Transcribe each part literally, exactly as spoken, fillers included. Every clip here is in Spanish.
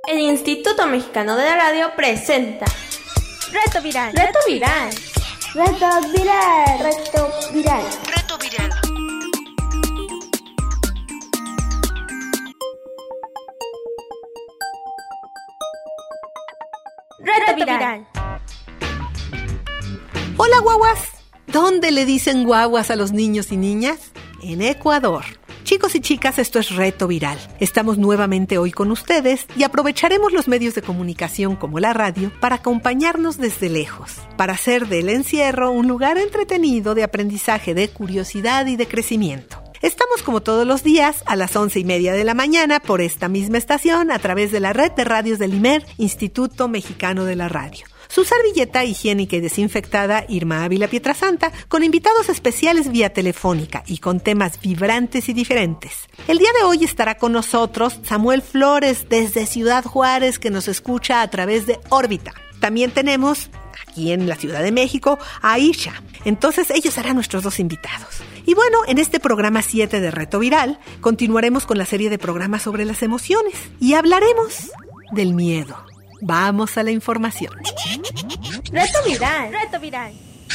El Instituto Mexicano de la Radio presenta Reto Viral. Reto Viral. Reto Viral. Reto Viral. Reto Viral. Reto Viral. Hola, guaguas. ¿Dónde le dicen guaguas a los niños y niñas? En Ecuador. Chicos y chicas, esto es Reto Viral. Estamos nuevamente hoy con ustedes y aprovecharemos los medios de comunicación como la radio para acompañarnos desde lejos, para hacer del encierro un lugar entretenido de aprendizaje, de curiosidad y de crecimiento. Estamos como todos los días a las once y media de la mañana por esta misma estación a través de la red de radios del I M E R, Instituto Mexicano de la Radio. Su servilleta higiénica y desinfectada, Irma Ávila Pietrasanta, con invitados especiales vía telefónica y con temas vibrantes y diferentes. El día de hoy estará con nosotros Samuel Flores desde Ciudad Juárez, que nos escucha a través de Órbita. También tenemos aquí en la Ciudad de México a Aisha. Entonces ellos serán nuestros dos invitados. Y bueno, en este programa siete de Reto Viral continuaremos con la serie de programas sobre las emociones y hablaremos del miedo. Vamos a la información. Reto Viral. Reto Viral.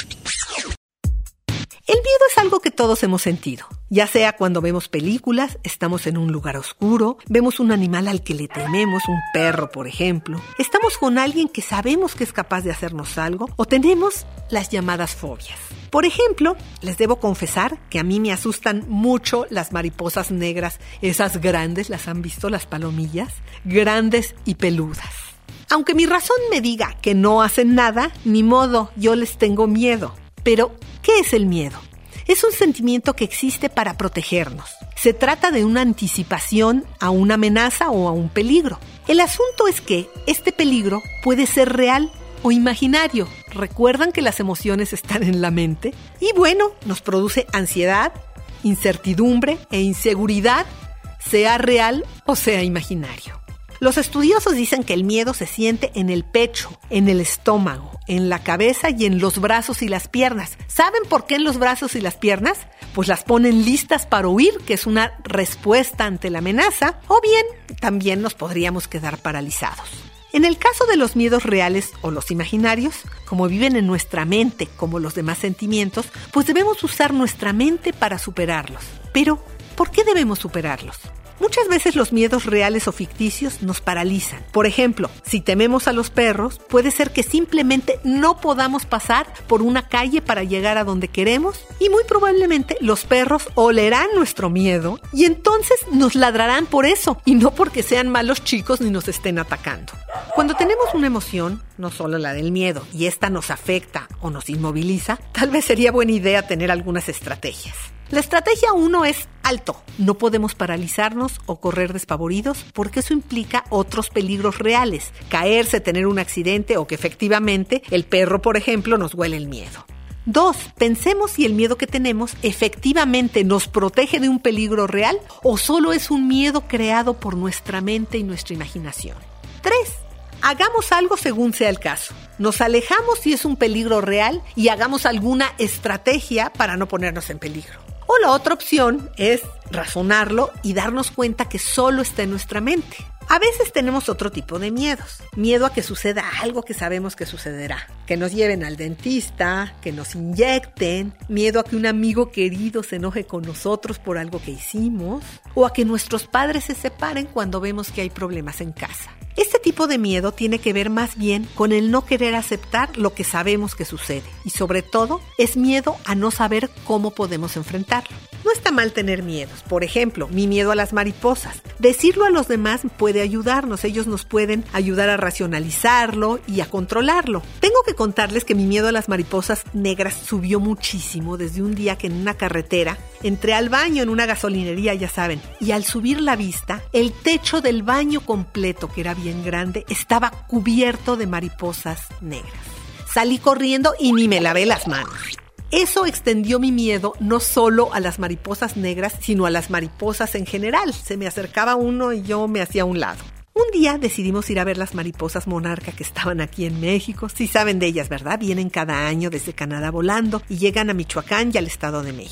El miedo es algo que todos hemos sentido, ya sea cuando vemos películas, estamos en un lugar oscuro, vemos un animal al que le tememos, un perro por ejemplo, estamos con alguien que sabemos que es capaz de hacernos algo o tenemos las llamadas fobias. Por ejemplo, les debo confesar que a mí me asustan mucho las mariposas negras, esas grandes, ¿las han visto? Las palomillas, grandes y peludas. Aunque mi razón me diga que no hacen nada, ni modo, yo les tengo miedo. Pero, ¿qué es el miedo? Es un sentimiento que existe para protegernos. Se trata de una anticipación a una amenaza o a un peligro. El asunto es que este peligro puede ser real o imaginario. ¿Recuerdan que las emociones están en la mente? Y bueno, nos produce ansiedad, incertidumbre e inseguridad, sea real o sea imaginario. Los estudiosos dicen que el miedo se siente en el pecho, en el estómago, en la cabeza y en los brazos y las piernas. ¿Saben por qué en los brazos y las piernas? Pues las ponen listas para huir, que es una respuesta ante la amenaza, o bien también nos podríamos quedar paralizados. En el caso de los miedos reales o los imaginarios, como viven en nuestra mente como los demás sentimientos, pues debemos usar nuestra mente para superarlos. Pero, ¿por qué debemos superarlos? Muchas veces los miedos reales o ficticios nos paralizan. Por ejemplo, si tememos a los perros, puede ser que simplemente no podamos pasar por una calle para llegar a donde queremos y muy probablemente los perros olerán nuestro miedo y entonces nos ladrarán por eso y no porque sean malos chicos ni nos estén atacando. Cuando tenemos una emoción, no solo la del miedo, y esta nos afecta o nos inmoviliza, tal vez sería buena idea tener algunas estrategias. La estrategia uno es alto. No podemos paralizarnos o correr despavoridos porque eso implica otros peligros reales. Caerse, tener un accidente o que efectivamente el perro, por ejemplo, nos huele el miedo. Dos, pensemos si el miedo que tenemos efectivamente nos protege de un peligro real o solo es un miedo creado por nuestra mente y nuestra imaginación. Tres, hagamos algo según sea el caso. Nos alejamos si es un peligro real y hagamos alguna estrategia para no ponernos en peligro. O la otra opción es razonarlo y darnos cuenta que solo está en nuestra mente. A veces tenemos otro tipo de miedos. Miedo a que suceda algo que sabemos que sucederá. Que nos lleven al dentista, que nos inyecten. Miedo a que un amigo querido se enoje con nosotros por algo que hicimos. O a que nuestros padres se separen cuando vemos que hay problemas en casa. Este tipo de miedo tiene que ver más bien con el no querer aceptar lo que sabemos que sucede. Y sobre todo, es miedo a no saber cómo podemos enfrentarlo. No está mal tener miedos. Por ejemplo, mi miedo a las mariposas. Decirlo a los demás puede ayudarnos. Ellos nos pueden ayudar a racionalizarlo y a controlarlo. Tengo que contarles que mi miedo a las mariposas negras subió muchísimo desde un día que en una carretera entré al baño en una gasolinería, ya saben, y al subir la vista, el techo del baño completo, que era bien grande, estaba cubierto de mariposas negras. Salí corriendo y ni me lavé las manos. Eso extendió mi miedo no solo a las mariposas negras, sino a las mariposas en general. Se me acercaba uno y yo me hacía a un lado. Un día decidimos ir a ver las mariposas monarca que estaban aquí en México. Sí saben de ellas, ¿verdad? Vienen cada año desde Canadá volando y llegan a Michoacán y al Estado de México.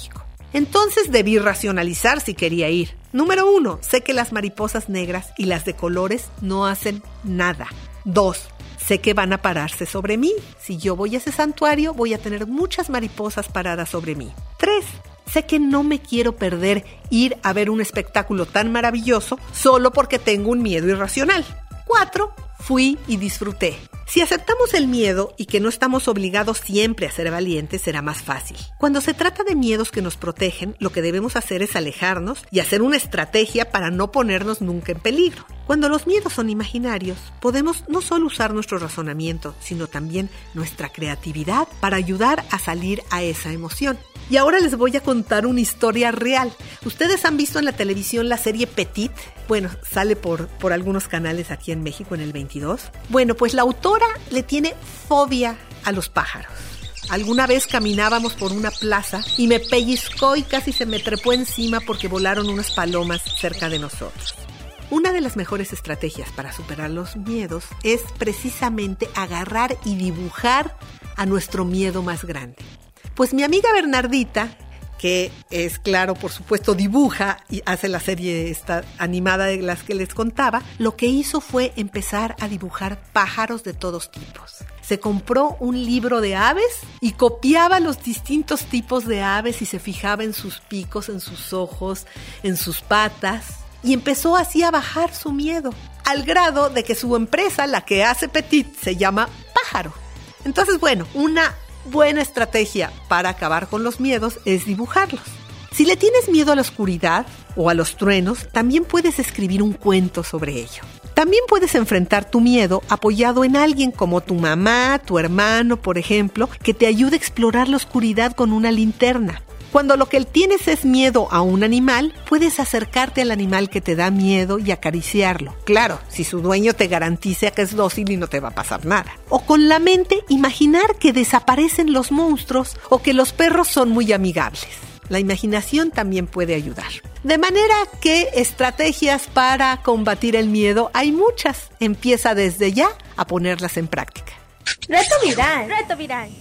Entonces debí racionalizar si quería ir. Número uno, sé que las mariposas negras y las de colores no hacen nada. Dos, sé que van a pararse sobre mí. Si yo voy a ese santuario, voy a tener muchas mariposas paradas sobre mí. Tres, sé que no me quiero perder ir a ver un espectáculo tan maravilloso solo porque tengo un miedo irracional. Cuatro, fui y disfruté. Si aceptamos el miedo y que no estamos obligados siempre a ser valientes, será más fácil. Cuando se trata de miedos que nos protegen, lo que debemos hacer es alejarnos y hacer una estrategia para no ponernos nunca en peligro. Cuando los miedos son imaginarios, podemos no solo usar nuestro razonamiento, sino también nuestra creatividad para ayudar a salir a esa emoción. Y ahora les voy a contar una historia real. ¿Ustedes han visto en la televisión la serie Petit? Bueno, sale por, por algunos canales aquí en México en el veintidós. Bueno, pues la autora le tiene fobia a los pájaros. Alguna vez caminábamos por una plaza y me pellizcó y casi se me trepó encima porque volaron unas palomas cerca de nosotros. Una de las mejores estrategias para superar los miedos es precisamente agarrar y dibujar a nuestro miedo más grande. Pues mi amiga Bernardita, que es claro, por supuesto, dibuja y hace la serie esta animada de las que les contaba, lo que hizo fue empezar a dibujar pájaros de todos tipos. Se compró un libro de aves y copiaba los distintos tipos de aves y se fijaba en sus picos, en sus ojos, en sus patas. Y empezó así a bajar su miedo, al grado de que su empresa, la que hace Petit, se llama Pájaro. Entonces, bueno, una buena estrategia para acabar con los miedos es dibujarlos. Si le tienes miedo a la oscuridad o a los truenos, también puedes escribir un cuento sobre ello. También puedes enfrentar tu miedo apoyado en alguien como tu mamá, tu hermano, por ejemplo, que te ayude a explorar la oscuridad con una linterna. Cuando lo que tienes es miedo a un animal, puedes acercarte al animal que te da miedo y acariciarlo. Claro, si su dueño te garantiza que es dócil y no te va a pasar nada. O con la mente, imaginar que desaparecen los monstruos o que los perros son muy amigables. La imaginación también puede ayudar. De manera que estrategias para combatir el miedo hay muchas. Empieza desde ya a ponerlas en práctica. Reto viral. Reto viral.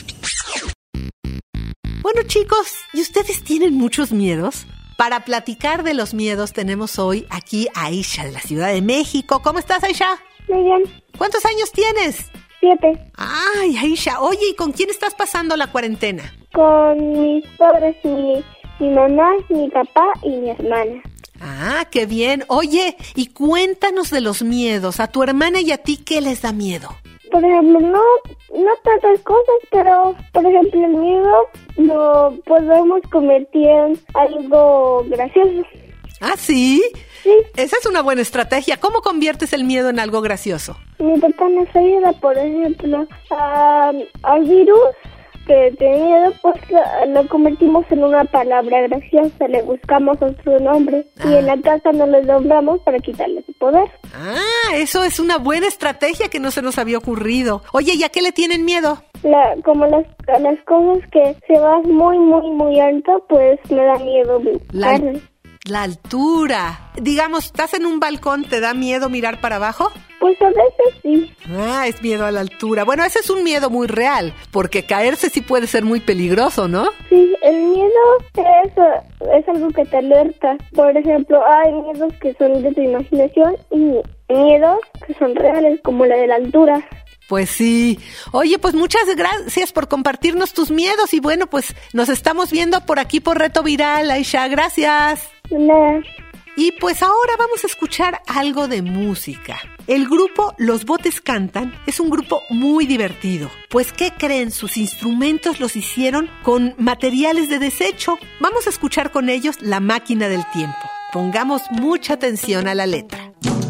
Bueno, chicos, ¿y ustedes tienen muchos miedos? Para platicar de los miedos tenemos hoy aquí a Aisha de la Ciudad de México. ¿Cómo estás, Aisha? Muy bien. ¿Cuántos años tienes? Siete. Ay, Aisha, oye, ¿y con quién estás pasando la cuarentena? Con mis padres, mi, mi mamá, mi papá y mi hermana. Ah, qué bien. Oye, y cuéntanos de los miedos. A tu hermana y a ti, ¿qué les da miedo? Por ejemplo, no, no tantas cosas, pero por ejemplo el miedo lo podemos convertir en algo gracioso. ¿Ah, sí? Sí. Esa es una buena estrategia. ¿Cómo conviertes el miedo en algo gracioso? Mi papá nos ayuda, por ejemplo, a, al virus que tiene miedo, pues lo, lo convertimos en una palabra graciosa, le buscamos otro nombre ah. y en la casa no lo nombramos para quitarle su poder. Ah, eso es una buena estrategia que no se nos había ocurrido. Oye, ¿y a qué le tienen miedo? La, como las, las cosas que se van muy, muy, muy alto, pues me da miedo la, la altura. Digamos, ¿estás en un balcón, te da miedo mirar para abajo? Pues a veces sí. Ah, es miedo a la altura. Bueno, ese es un miedo muy real, porque caerse sí puede ser muy peligroso, ¿no? Sí, el miedo es, es algo que te alerta. Por ejemplo, hay miedos que son de tu imaginación y miedos que son reales, como la de la altura. Pues sí. Oye, pues muchas gracias por compartirnos tus miedos y bueno, pues nos estamos viendo por aquí por Reto Viral, Aisha. Gracias. Nada. Y pues ahora vamos a escuchar algo de música. El grupo Los Botes Cantan es un grupo muy divertido. Pues, ¿qué creen? Sus instrumentos los hicieron con materiales de desecho. Vamos a escuchar con ellos La Máquina del Tiempo. Pongamos mucha atención a la letra.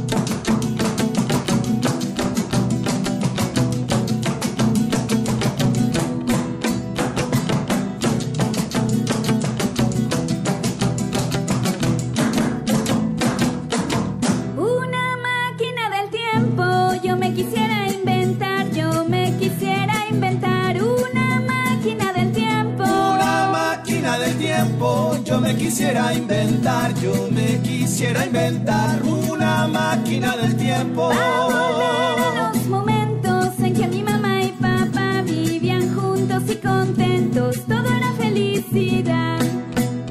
Yo me quisiera inventar, yo me quisiera inventar una máquina del tiempo. Para volver a los momentos en que mi mamá y papá vivían juntos y contentos, todo era felicidad.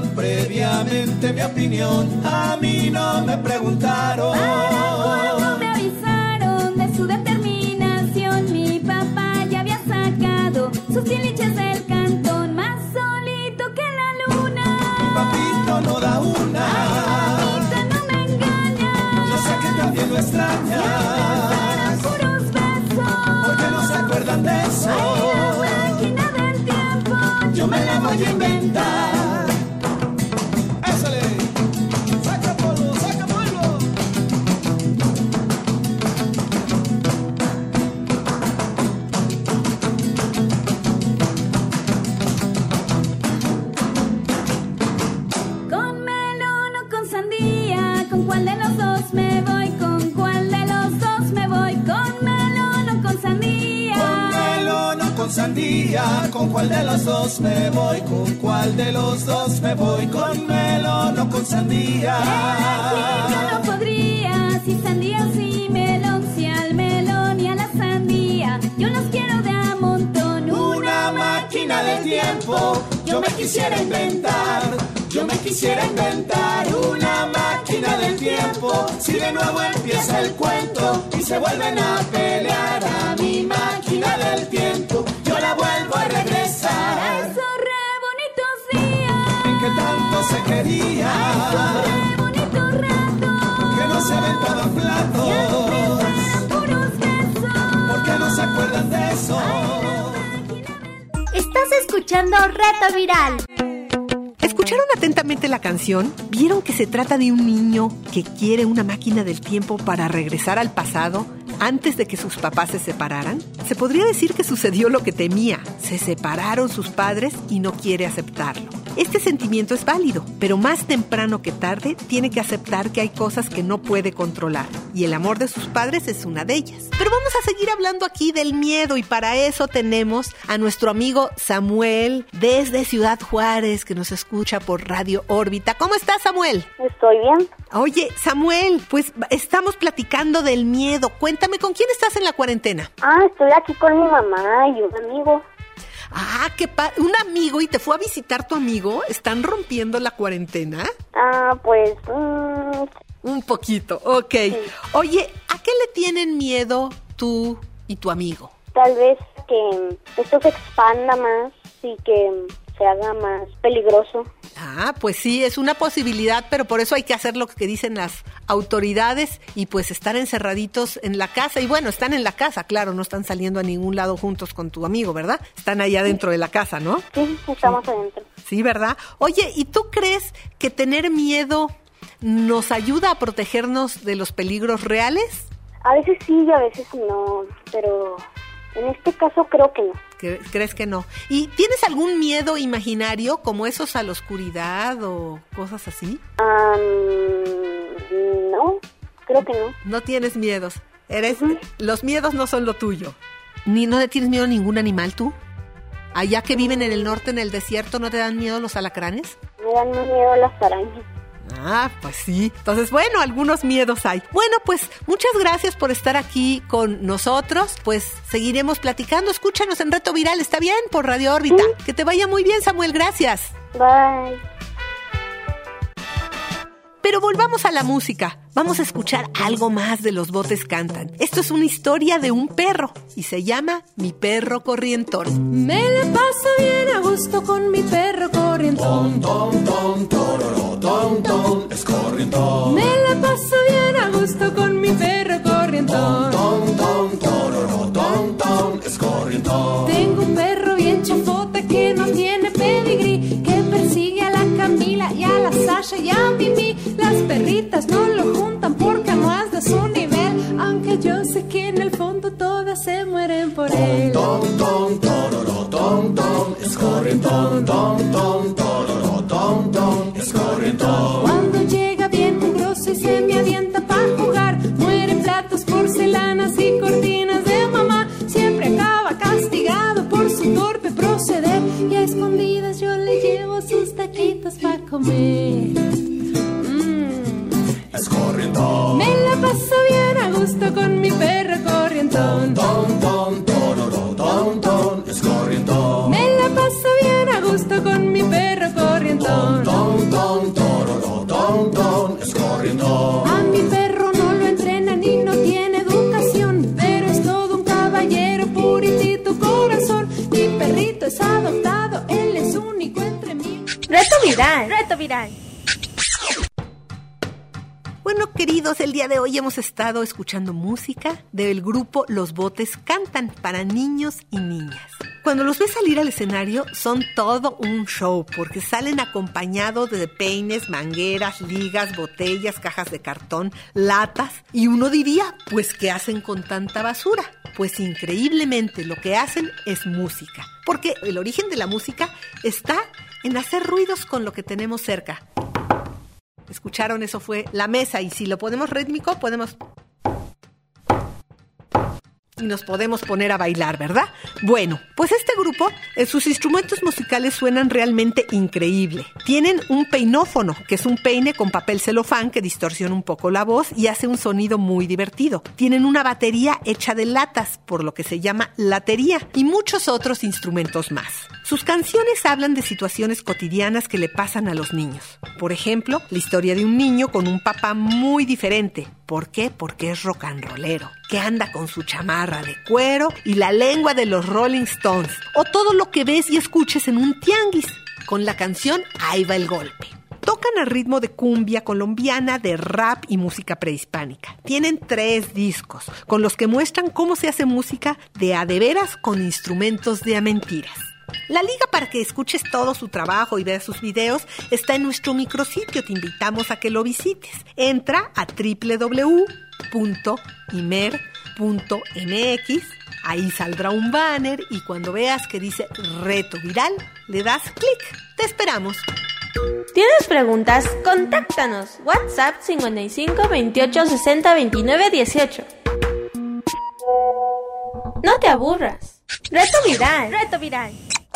dieron previamente mi opinión, a mí no me preguntaron. Cuando me avisaron de su determinación, mi papá ya había sacado sus tiliches del cantón, más solito que la luna. Mi papito no da una. Ay, papito, no me engañas. Yo sé que también lo extraña. Serán puros besos. ¿Por qué no se acuerdan de eso? Ay, la máquina del tiempo, Yo me la voy a inventar. ¡Ésale! ¡Saca polvo, saca polvo! con melón o con sandía, ¿con cuál de los dos me voy? ¿Con cuál de los dos me voy? ¿Con melón o con sandía? Con melón o con sandía, ¿con cuál de los dos me voy? ¿Con cuál de los dos me voy? ¿Con melón o con sandía? Yo no podría, si sandía o si melón, si al melón y a la sandía, yo los quiero de a montón. Una máquina del tiempo, yo me quisiera inventar. Yo me quisiera inventar una máquina del tiempo. Si de nuevo empieza el cuento y se vuelven a pelear, a mi máquina del tiempo yo la vuelvo a regresar. Esos re bonitos días, En que tanto se quería, re bonitos ratos, que no se aventaban platos. eran puros besos. ¿Por qué no se acuerdan de eso? Estás escuchando Reto Viral. ¿Escucharon atentamente la canción? ¿Vieron que se trata de un niño que quiere una máquina del tiempo para regresar al pasado antes de que sus papás se separaran? Se podría decir que sucedió lo que temía. Se separaron sus padres y no quiere aceptarlo. Este sentimiento es válido, pero más temprano que tarde tiene que aceptar que hay cosas que no puede controlar. Y el amor de sus padres es una de ellas. Pero vamos a seguir hablando aquí del miedo y para eso tenemos a nuestro amigo Samuel desde Ciudad Juárez que nos escucha por Radio Órbita. ¿Cómo estás, Samuel? Estoy bien. Oye, Samuel, pues estamos platicando del miedo. Cuéntame, ¿con quién estás en la cuarentena? Ah, estoy aquí con mi mamá y un amigo. Ah, qué pa... ¿Un amigo y te fue a visitar tu amigo? ¿Están rompiendo la cuarentena? Ah, pues... Mmm, Un poquito, ok. Sí. Oye, ¿a qué le tienen miedo tú y tu amigo? tal vez que esto se expanda más y que se haga más peligroso. Ah, pues sí, es una posibilidad, pero por eso hay que hacer lo que dicen las autoridades y pues estar encerraditos en la casa. Y bueno, están en la casa, claro, no están saliendo a ningún lado juntos con tu amigo, ¿verdad? Están allá dentro de la casa, ¿no? Sí, estamos adentro. Sí, ¿verdad? Oye, ¿y tú crees que tener miedo nos ayuda a protegernos de los peligros reales? A veces sí y a veces no, pero en este caso creo que no. ¿Crees que no? ¿Y tienes algún miedo imaginario como esos a la oscuridad o cosas así? Um, no, creo que no. No tienes miedos. Eres, Uh-huh. Los miedos no son lo tuyo. ¿Ni no le tienes miedo a ningún animal tú? Allá que viven en el norte, en el desierto, ¿no te dan miedo los alacranes? Me dan miedo las arañas. Ah, pues sí. Entonces, bueno, algunos miedos hay. Bueno, pues muchas gracias por estar aquí con nosotros. Pues seguiremos platicando. Escúchanos en Reto Viral, ¿está bien? Por Radio Órbita. Sí. Que te vaya muy bien, Samuel. Gracias. Bye. Pero volvamos a la música. Vamos a escuchar algo más de Los Botes Cantan. Esto es una historia de un perro y se llama Mi Perro Corrientón. Me la paso bien a gusto con mi perro corrientón. Ton, ton, tororo, ton, ton, es corrientón. Me la paso bien a gusto con mi perro corrientón. Ton, ton, tororo, ton, ton, es corrientón. Tengo un perro bien chafota que no tiene pedigrí, que persigue a la Camila y a la Sasha y a Mimi. Las perritas no lo juntan porque no es de su nivel, aunque yo sé que en el fondo todas se mueren por él. Ton, ton, tororo, ton, ton, es corrientón. Ton, ton, tororo, ton, ton, es corrientón. Cuando llega bien mugroso y se me avienta para jugar, mueren platos, porcelanas y cortinas de mamá. Siempre acaba castigado por su torpe proceder y a escondidas yo le llevo sus taquitos para comer. Es corrientón. Me la paso bien a gusto con mi perro corrientón. Ton, ton, tororo, ton, ton, es corrientón. Me la paso bien a gusto con mi perro corrientón. Ton, Bueno, queridos, el día de hoy hemos estado escuchando música del grupo Los Botes Cantan para niños y niñas. Cuando los ves salir al escenario son todo un show porque salen acompañados de peines, mangueras, ligas, botellas, cajas de cartón, latas y uno diría, pues ¿qué hacen con tanta basura? Pues increíblemente lo que hacen es música, porque el origen de la música está en hacer ruidos con lo que tenemos cerca. ¿Escucharon? Eso fue la mesa y si lo ponemos rítmico podemos... y nos podemos poner a bailar, ¿verdad? Bueno, pues este grupo, eh, sus instrumentos musicales suenan realmente increíble. Tienen un peinófono, que es un peine con papel celofán que distorsiona un poco la voz y hace un sonido muy divertido. Tienen una batería hecha de latas, por lo que se llama latería, y muchos otros instrumentos más. Sus canciones hablan de situaciones cotidianas que le pasan a los niños. Por ejemplo, la historia de un niño con un papá muy diferente. ¿Por qué? Porque es rock and rollero, que anda con su chamarra de cuero y la lengua de los Rolling Stones. O todo lo que ves y escuches en un tianguis. Con la canción Ahí va el golpe. Tocan a ritmo de cumbia colombiana, de rap y música prehispánica. Tienen tres discos, con los que muestran cómo se hace música de a de veras con instrumentos de a mentiras. La liga para que escuches todo su trabajo y veas sus videos está en nuestro micrositio. Te invitamos a que lo visites. Entra a doble u doble u doble u punto imer punto eme equis. Ahí saldrá un banner y cuando veas que dice Reto Viral, le das clic. Te esperamos. ¿Tienes preguntas? Contáctanos. WhatsApp cincuenta y cinco, veintiocho, sesenta, veintinueve, dieciocho. No te aburras. Reto Viral. Reto Viral.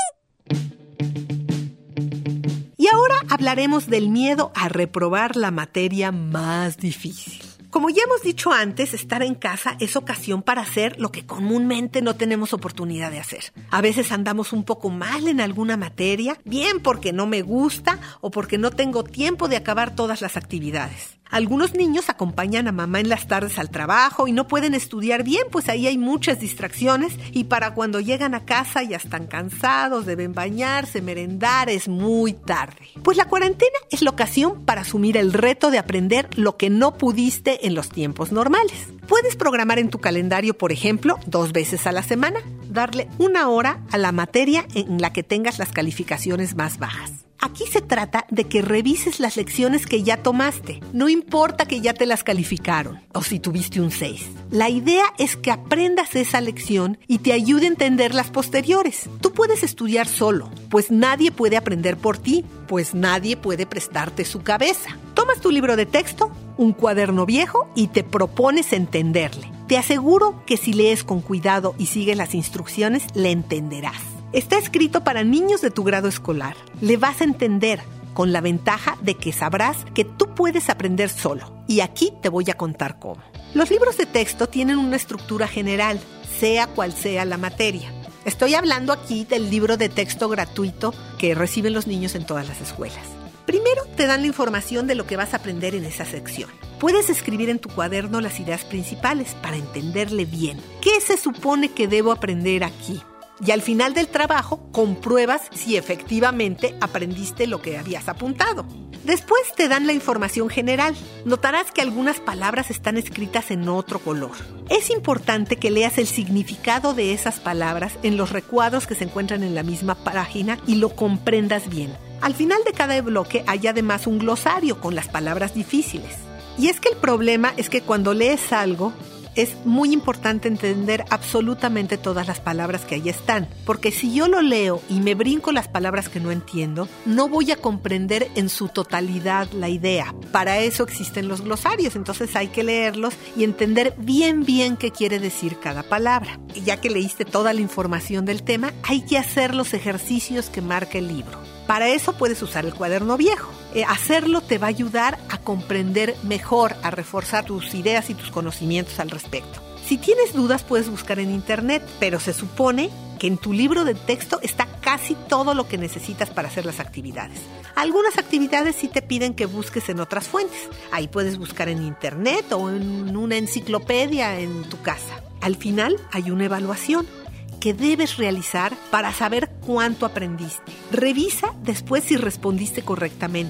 Y ahora hablaremos del miedo a reprobar la materia más difícil. Como ya hemos dicho antes, estar en casa es ocasión para hacer lo que comúnmente no tenemos oportunidad de hacer. A veces andamos un poco mal en alguna materia, bien porque no me gusta o porque no tengo tiempo de acabar todas las actividades. Algunos niños acompañan a mamá en las tardes al trabajo y no pueden estudiar bien, pues ahí hay muchas distracciones y para cuando llegan a casa ya están cansados, deben bañarse, merendar, es muy tarde. Pues la cuarentena es la ocasión para asumir el reto de aprender lo que no pudiste en los tiempos normales. Puedes programar en tu calendario, por ejemplo, dos veces a la semana, darle una hora a la materia en la que tengas las calificaciones más bajas. Aquí se trata de que revises las lecciones que ya tomaste. No importa que ya te las calificaron o si tuviste un seis. La idea es que aprendas esa lección y te ayude a entender las posteriores. Tú puedes estudiar solo, pues nadie puede aprender por ti, pues nadie puede prestarte su cabeza. Tomas tu libro de texto, un cuaderno viejo y te propones entenderle. Te aseguro que si lees con cuidado y sigues las instrucciones, le entenderás. Está escrito para niños de tu grado escolar. Le vas a entender, con la ventaja de que sabrás que tú puedes aprender solo. Y aquí te voy a contar cómo. Los libros de texto tienen una estructura general, sea cual sea la materia. Estoy hablando aquí del libro de texto gratuito que reciben los niños en todas las escuelas. Primero te dan la información de lo que vas a aprender en esa sección. Puedes escribir en tu cuaderno las ideas principales para entenderle bien. ¿Qué se supone que debo aprender aquí? Y al final del trabajo, compruebas si efectivamente aprendiste lo que habías apuntado. Después te dan la información general. Notarás que algunas palabras están escritas en otro color. Es importante que leas el significado de esas palabras en los recuadros que se encuentran en la misma página y lo comprendas bien. Al final de cada bloque hay además un glosario con las palabras difíciles. Y es que el problema es que cuando lees algo, es muy importante entender absolutamente todas las palabras que ahí están, porque si yo lo leo y me brinco las palabras que no entiendo, no voy a comprender en su totalidad la idea. Para eso existen los glosarios, entonces hay que leerlos y entender bien bien qué quiere decir cada palabra. Y ya que leíste toda la información del tema, hay que hacer los ejercicios que marca el libro. Para eso puedes usar el cuaderno viejo. Eh, hacerlo te va a ayudar a comprender mejor, a reforzar tus ideas y tus conocimientos al respecto. Si tienes dudas puedes buscar en internet, pero se supone que en tu libro de texto está casi todo lo que necesitas para hacer las actividades. Algunas actividades sí te piden que busques en otras fuentes. Ahí puedes buscar en internet o en una enciclopedia en tu casa. Al final hay una evaluación que debes realizar para saber cuánto aprendiste. Revisa después si respondiste correctamente.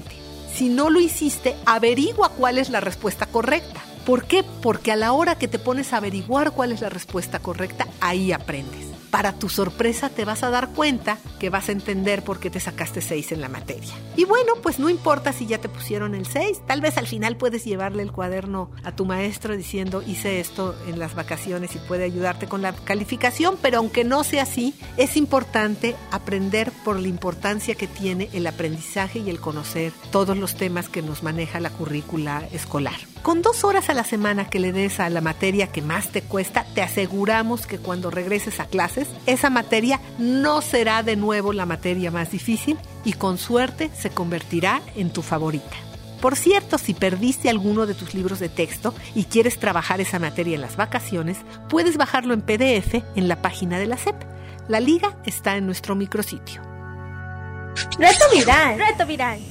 Si no lo hiciste, averigua cuál es la respuesta correcta. ¿Por qué? Porque a la hora que te pones a averiguar cuál es la respuesta correcta, ahí aprendes. Para tu sorpresa te vas a dar cuenta que vas a entender por qué te sacaste seis en la materia. Y bueno, pues no importa si ya te pusieron el seis, tal vez al final puedes llevarle el cuaderno a tu maestro diciendo hice esto en las vacaciones y puede ayudarte con la calificación, pero aunque no sea así, es importante aprender por la importancia que tiene el aprendizaje y el conocer todos los temas que nos maneja la currícula escolar. Con dos horas a la semana que le des a la materia que más te cuesta, te aseguramos que cuando regreses a clases, esa materia no será de nuevo la materia más difícil y con suerte se convertirá en tu favorita. Por cierto, si perdiste alguno de tus libros de texto y quieres trabajar esa materia en las vacaciones, puedes bajarlo en P D F en la página de la S E P. La liga está en nuestro micrositio. Reto viral, reto viral.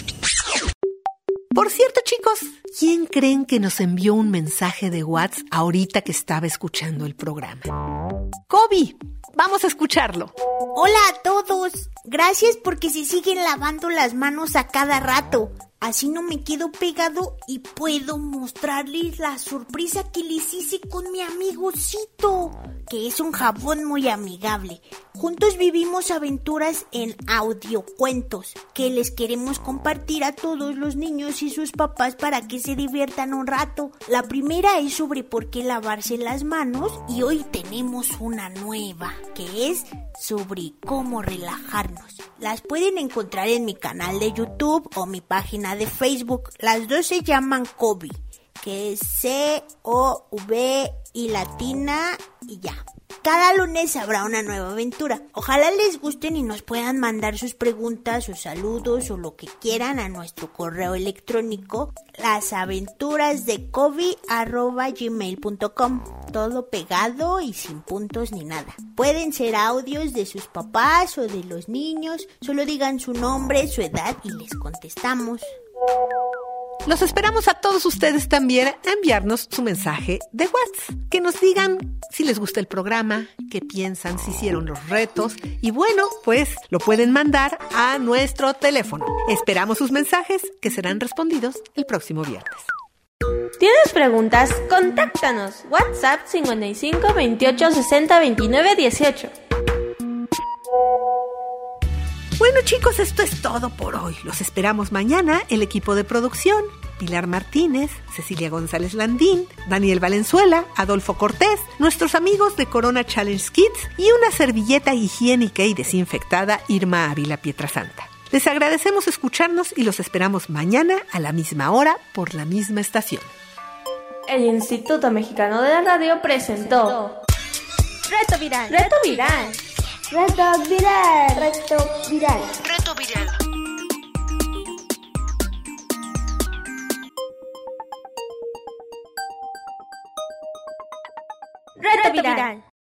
Por cierto, chicos, ¿quién creen que nos envió un mensaje de WhatsApp ahorita que estaba escuchando el programa? Kobe, vamos a escucharlo. Hola a todos. Gracias porque se siguen lavando las manos a cada rato. Así no me quedo pegado y puedo mostrarles la sorpresa que les hice con mi amigo Cito, que es un jabón muy amigable. Juntos vivimos aventuras en audiocuentos que les queremos compartir a todos los niños y sus papás para que se diviertan un rato. La primera es sobre por qué lavarse las manos y hoy tenemos una nueva que es sobre cómo relajarnos. Las pueden encontrar en mi canal de YouTube o mi página de Facebook. Las dos se llaman Kobe, que es C O V y latina y ya. Cada lunes habrá una nueva aventura. Ojalá les gusten y nos puedan mandar sus preguntas o saludos o lo que quieran a nuestro correo electrónico lasaventurasdekobe arroba gmail punto com. Todo pegado y sin puntos ni nada. Pueden ser audios de sus papás o de los niños. Solo digan su nombre, su edad y les contestamos. Los esperamos a todos ustedes también a enviarnos su mensaje de WhatsApp. Que nos digan si les gusta el programa, qué piensan, si hicieron los retos. Y bueno, pues lo pueden mandar a nuestro teléfono. Esperamos sus mensajes que serán respondidos el próximo viernes. ¿Tienes preguntas? Contáctanos. WhatsApp cincuenta y cinco, veintiocho, sesenta, veintinueve, dieciocho. Bueno, chicos, esto es todo por hoy. Los esperamos mañana, el equipo de producción: Pilar Martínez, Cecilia González Landín, Daniel Valenzuela, Adolfo Cortés, nuestros amigos de Corona Challenge Kids y una servilleta higiénica y desinfectada, Irma Ávila Pietrasanta. Les agradecemos escucharnos y los esperamos mañana a la misma hora por la misma estación. El Instituto Mexicano de la Radio presentó Reto Viral, Reto Viral. Reto viral, reto viral. Reto viral. Reto Viral.